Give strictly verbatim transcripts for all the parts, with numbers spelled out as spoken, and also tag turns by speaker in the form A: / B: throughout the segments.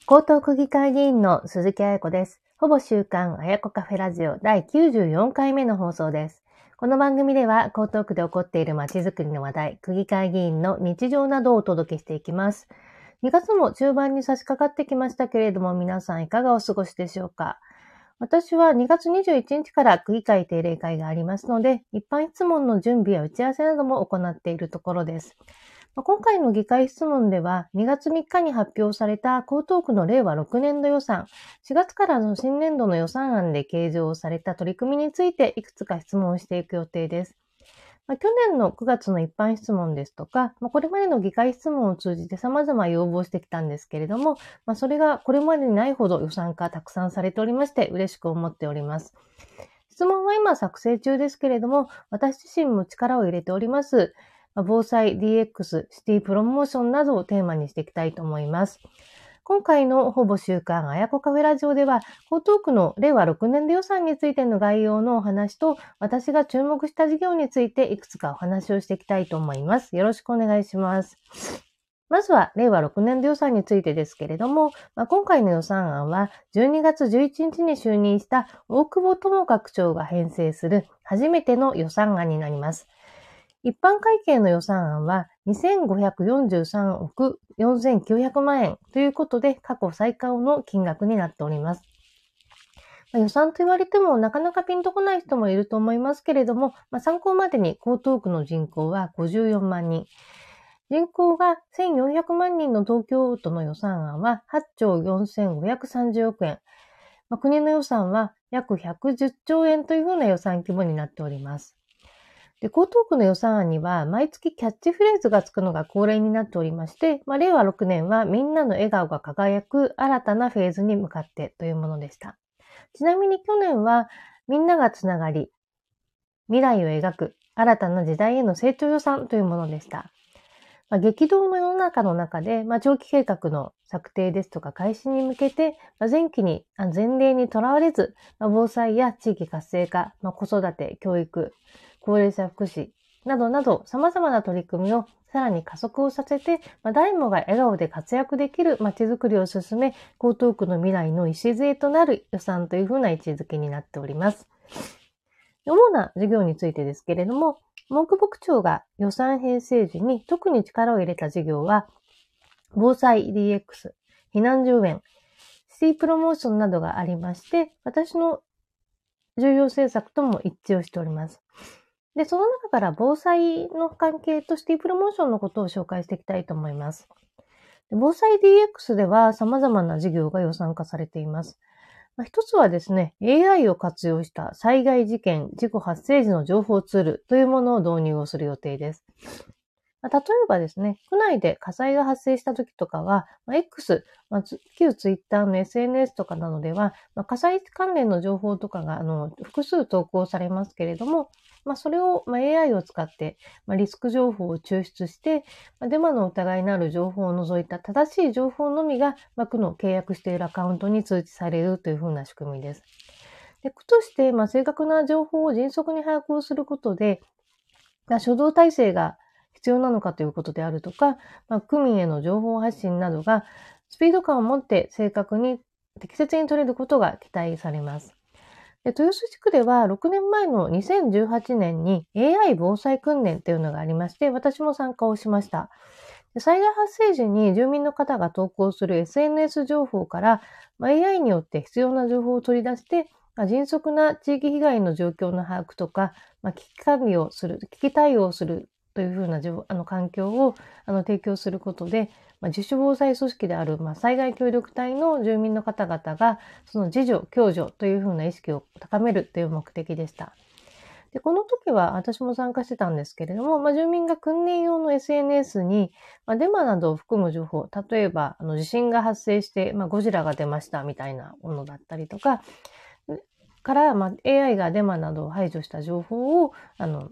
A: 江東区議会議員の鈴木彩子です。ほぼ週刊彩子カフェラジオだいきゅうじゅうよんかいめの放送です。この番組では江東区で起こっているまちづくりの話題、区議会議員の日常などをお届けしていきます。にがつも中盤に差し掛かってきましたけれども、皆さんいかがお過ごしでしょうか。私はにがつにじゅういちにちから区議会定例会がありますので、一般質問の準備や打ち合わせなども行っているところです。今回の議会質問では、にがつみっかに発表された江東区のれいわろくねんど予算、しがつからの新年度の予算案で計上された取り組みについていくつか質問していく予定です。まあ、去年のくがつの一般質問ですとか、まあ、これまでの議会質問を通じて様々要望してきたんですけれども、まあ、それがこれまでにないほど予算化たくさんされておりまして嬉しく思っております。質問は今作成中ですけれども、私自身も力を入れております、防災 ディーエックス、シティプロモーションなどをテーマにしていきたいと思います。今回のほぼ週刊あやこカフェラジオでは、江東区のれいわろくねん度予算についての概要のお話と、私が注目した事業についていくつかお話をしていきたいと思います。よろしくお願いします。まずは、れいわろくねん度予算についてですけれども、まあ、今回の予算案は、じゅうにがつじゅういちにちに就任した大久保智子区長が編成する初めての予算案になります。一般会計の予算案はにせんごひゃくよんじゅうさんおくよんせんきゅうひゃくまんえんということで過去最高の金額になっております。まあ、予算と言われてもなかなかピンとこない人もいると思いますけれども、まあ、参考までに江東区の人口はごじゅうよんまんにん。人口がせんよんひゃくまんにんの東京都の予算案ははっちょうよんせんごひゃくさんじゅうおくえん。まあ、国の予算は約ひゃくじゅっちょうえんというふうな予算規模になっております。で、江東区の予算案には毎月キャッチフレーズがつくのが恒例になっておりまして、まあ、れいわろくねんはみんなの笑顔が輝く新たなフェーズに向かってというものでした。ちなみに去年はみんながつながり、未来を描く新たな時代への成長予算というものでした。まあ、激動の世の中の中で、まあ、長期計画の策定ですとか開始に向けて、まあ、前期に、前例にとらわれず、まあ、防災や地域活性化、まあ、子育て、教育、高齢者福祉などなど様々な取り組みをさらに加速をさせて、まあ、誰もが笑顔で活躍できる街づくりを進め、江東区の未来の礎となる予算というふうな位置づけになっております。主な事業についてですけれども、文部区長が予算編成時に特に力を入れた事業は、防災 ディーエックス、避難所応援、シティプロモーションなどがありまして、私の重要政策とも一致をしております。で、その中から防災の関係とシティプロモーションのことを紹介していきたいと思います。で、防災 ディーエックス では様々な事業が予算化されています。まあ、一つはですね、エーアイ を活用した災害事件、事故発生時の情報ツールというものを導入をする予定です。まあ、例えばですね、区内で火災が発生した時とかは、まあ、X、まあ、旧 Twitter の エスエヌエス とかなどでは、まあ、火災関連の情報とかがあの複数投稿されますけれども、まあ、それを、まあ、エーアイ を使って、まあ、リスク情報を抽出して、まあ、デマの疑いのある情報を除いた正しい情報のみが、まあ、区の契約しているアカウントに通知されるというふうな仕組みです。で、区として、まあ、正確な情報を迅速に把握をすることで、まあ、初動体制が必要なのかということであるとか、まあ、区民への情報発信などがスピード感を持って正確に適切に取れることが期待されます。で、豊洲地区ではろくねんまえのにせんじゅうはちねんに エーアイ 防災訓練というのがありまして、私も参加をしました。で、災害発生時に住民の方が投稿する エスエヌエス 情報から、まあ、エーアイ によって必要な情報を取り出して、まあ、迅速な地域被害の状況の把握とか、まあ、危機管理をする、危機対応をするというふうなあの環境をあの提供することで、まあ、自主防災組織である、まあ、災害協力隊の住民の方々が、その自助、共助というふうな意識を高めるという目的でした。で、この時は私も参加してたんですけれども、まあ、住民が訓練用の エスエヌエス に、まあ、デマなどを含む情報、例えば、あの地震が発生して、まあ、ゴジラが出ましたみたいなものだったりとか、から、まあ、エーアイ がデマなどを排除した情報を、あの、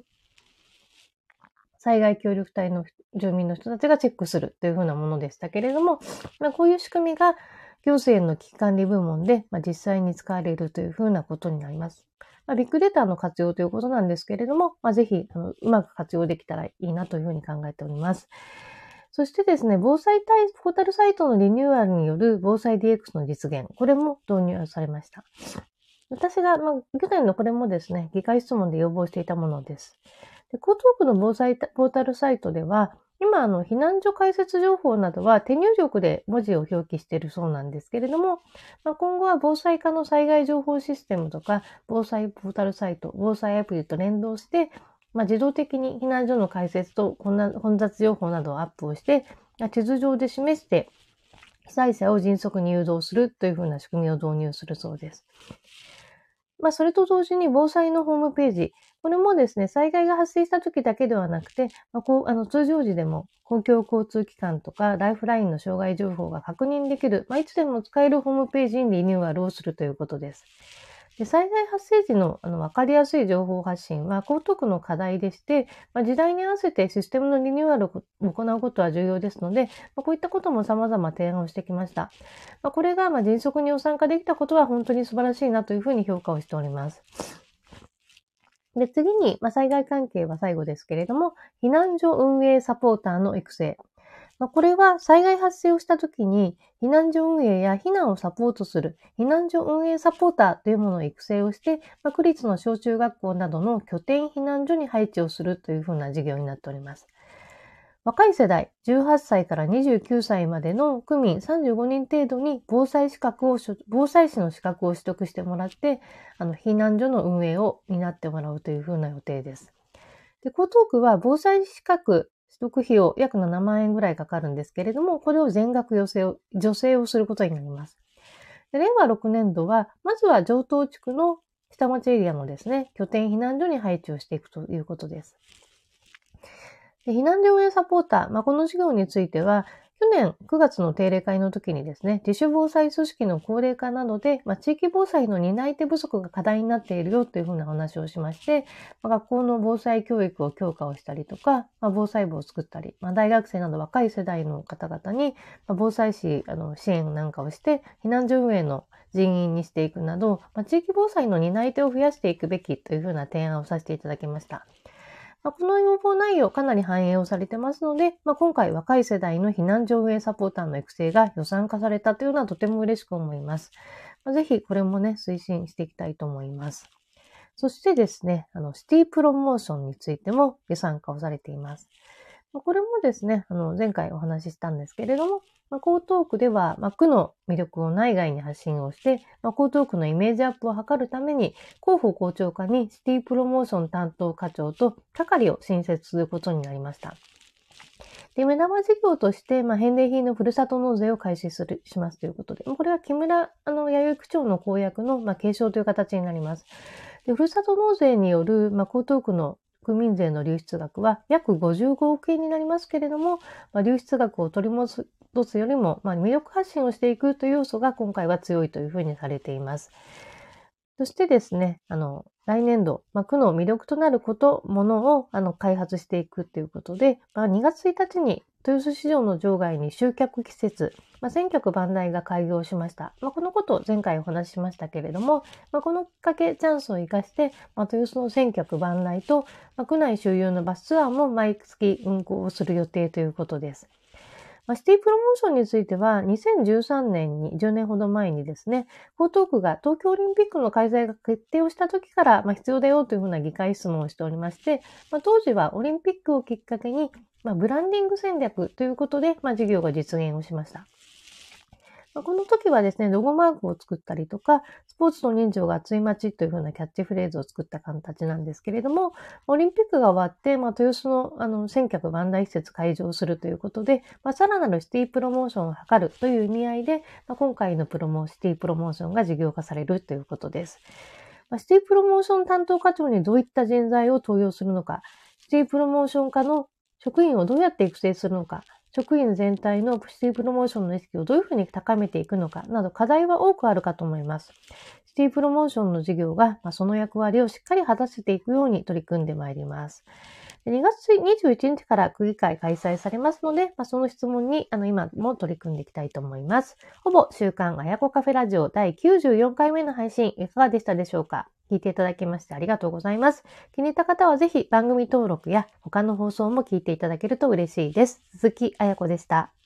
A: 災害協力隊の住民の人たちがチェックするというふうなものでしたけれども、まあ、こういう仕組みが行政の危機管理部門で、まあ、実際に使われるというふうなことになります。まあ、ビッグデータの活用ということなんですけれども、まあ、ぜひあのうまく活用できたらいいなというふうに考えております。 そしてですね、防災ポータルサイトのリニューアルによる防災 ディーエックス の実現、これも導入されました。私が、まあ、去年のこれもですね、議会質問で要望していたものです。で、江東区の防災ポータルサイトでは、今、あの、避難所開設情報などは手入力で文字を表記しているそうなんですけれども、まあ、今後は防災課の災害情報システムとか、防災ポータルサイト、防災アプリと連動して、まあ、自動的に避難所の開設と混雑情報などをアップをして、地図上で示して、被災者を迅速に誘導するというふうな仕組みを導入するそうです。まあ、それと同時に防災のホームページ、これもですね、災害が発生した時だけではなくて、まあ、こうあの通常時でも公共交通機関とかライフラインの障害情報が確認できる、まあ、いつでも使えるホームページにリニューアルをするということです。で、災害発生時のあの分かりやすい情報発信は江東区の課題でして、まあ、時代に合わせてシステムのリニューアルを行うことは重要ですので、まあ、こういったことも様々提案をしてきました。まあ、これがまあ迅速に参加できたことは本当に素晴らしいなというふうに評価をしております。で、次に、まあ、災害関係は最後ですけれども、避難所運営サポーターの育成。まあ、これは災害発生をしたときに避難所運営や避難をサポートする避難所運営サポーターというものを育成をして、まあ、区立の小中学校などの拠点避難所に配置をするというふうな事業になっております。若い世代、じゅうはっさいからにじゅうきゅうさいまでの区民さんじゅうごにん程度に防災資格を、防災士の資格を取得してもらって、あの、避難所の運営を担ってもらうというふうな予定です。で、江東区は防災資格取得費用約ななまんえんぐらいかかるんですけれども、これを全額助成を、助成をすることになります。で、れいわろくねんどは、まずは城東地区の下町エリアのですね、拠点避難所に配置をしていくということです。で、避難所運営サポーター、まあ、この事業については、去年くがつの定例会の時にですね、自主防災組織の高齢化などで、まあ、地域防災の担い手不足が課題になっているよというふうな話をしまして、まあ、学校の防災教育を強化をしたりとか、まあ、防災部を作ったり、まあ、大学生など若い世代の方々に、まあ、防災士あの支援なんかをして、避難所運営の人員にしていくなど、まあ、地域防災の担い手を増やしていくべきというふうな提案をさせていただきました。まあ、この要望内容かなり反映をされてますので、まあ、今回若い世代の避難所運営サポーターの育成が予算化されたというのはとても嬉しく思います。まあ、ぜひこれもね、推進していきたいと思います。そしてですね、あの、シティプロモーションについても予算化をされています。これもですね、あの、前回お話ししたんですけれども、まあ、江東区では、まあ、区の魅力を内外に発信をして、まあ、江東区のイメージアップを図るために、広報校長課にシティプロモーション担当課長と係を新設することになりました。で、目玉事業として、まあ、返礼品のふるさと納税を開始する、しますということで、これは木村、あの、弥生区長の公約の、まあ、継承という形になります。で、ふるさと納税による、まあ、江東区の区民税の流出額は約ごじゅうごおくえんになりますけれども、まあ、流出額を取り戻すよりも、まあ、魅力発信をしていくという要素が今回は強いというふうにされています。そしてですね、あの、来年度、まあ、区の魅力となること、ものをあの開発していくということで、まあ、にがつついたちに豊洲市場の場外に集客施設、まあ、千客万来が開業しました。まあ、このことを前回お話ししましたけれども、まあ、このきっかけ、チャンスを生かして、まあ、豊洲の千客万来と、まあ、区内周遊のバスツアーも毎月運行をする予定ということです。まあ、シティプロモーションについては、にせんじゅうさんねんに、じゅうねんほど前にですね、江東区が東京オリンピックの開催が決定をした時から、まあ、必要だよというふうな議会質問をしておりまして、まあ、当時はオリンピックをきっかけに、まあ、ブランディング戦略ということで、まあ、事業が実現をしました。この時はですね、ロゴマークを作ったりとか、スポーツと人情が熱い街というふうなキャッチフレーズを作った形なんですけれども、オリンピックが終わって、まあ、豊洲のあの千客万来施設開場するということで、まあ、さらなるシティプロモーションを図るという意味合いで、まあ、今回のプロモシティプロモーションが事業化されるということです。まあ、シティプロモーション担当課長にどういった人材を登用するのか、シティプロモーション課の職員をどうやって育成するのか、職員全体のシティプロモーションの意識をどういうふうに高めていくのかなど課題は多くあるかと思います。シティプロモーションの事業が、まあ、その役割をしっかり果たせていくように取り組んでまいります。にがつにじゅういちにちから区議会開催されますので、まあ、その質問にあの今も取り組んでいきたいと思います。ほぼ週刊あやこカフェラジオだいきゅうじゅうよんかいめの配信いかがでしたでしょうか。 聞いていただきましてありがとうございます。気に入った方はぜひ番組登録や他の放送も聞いていただけると嬉しいです。鈴木彩子でした。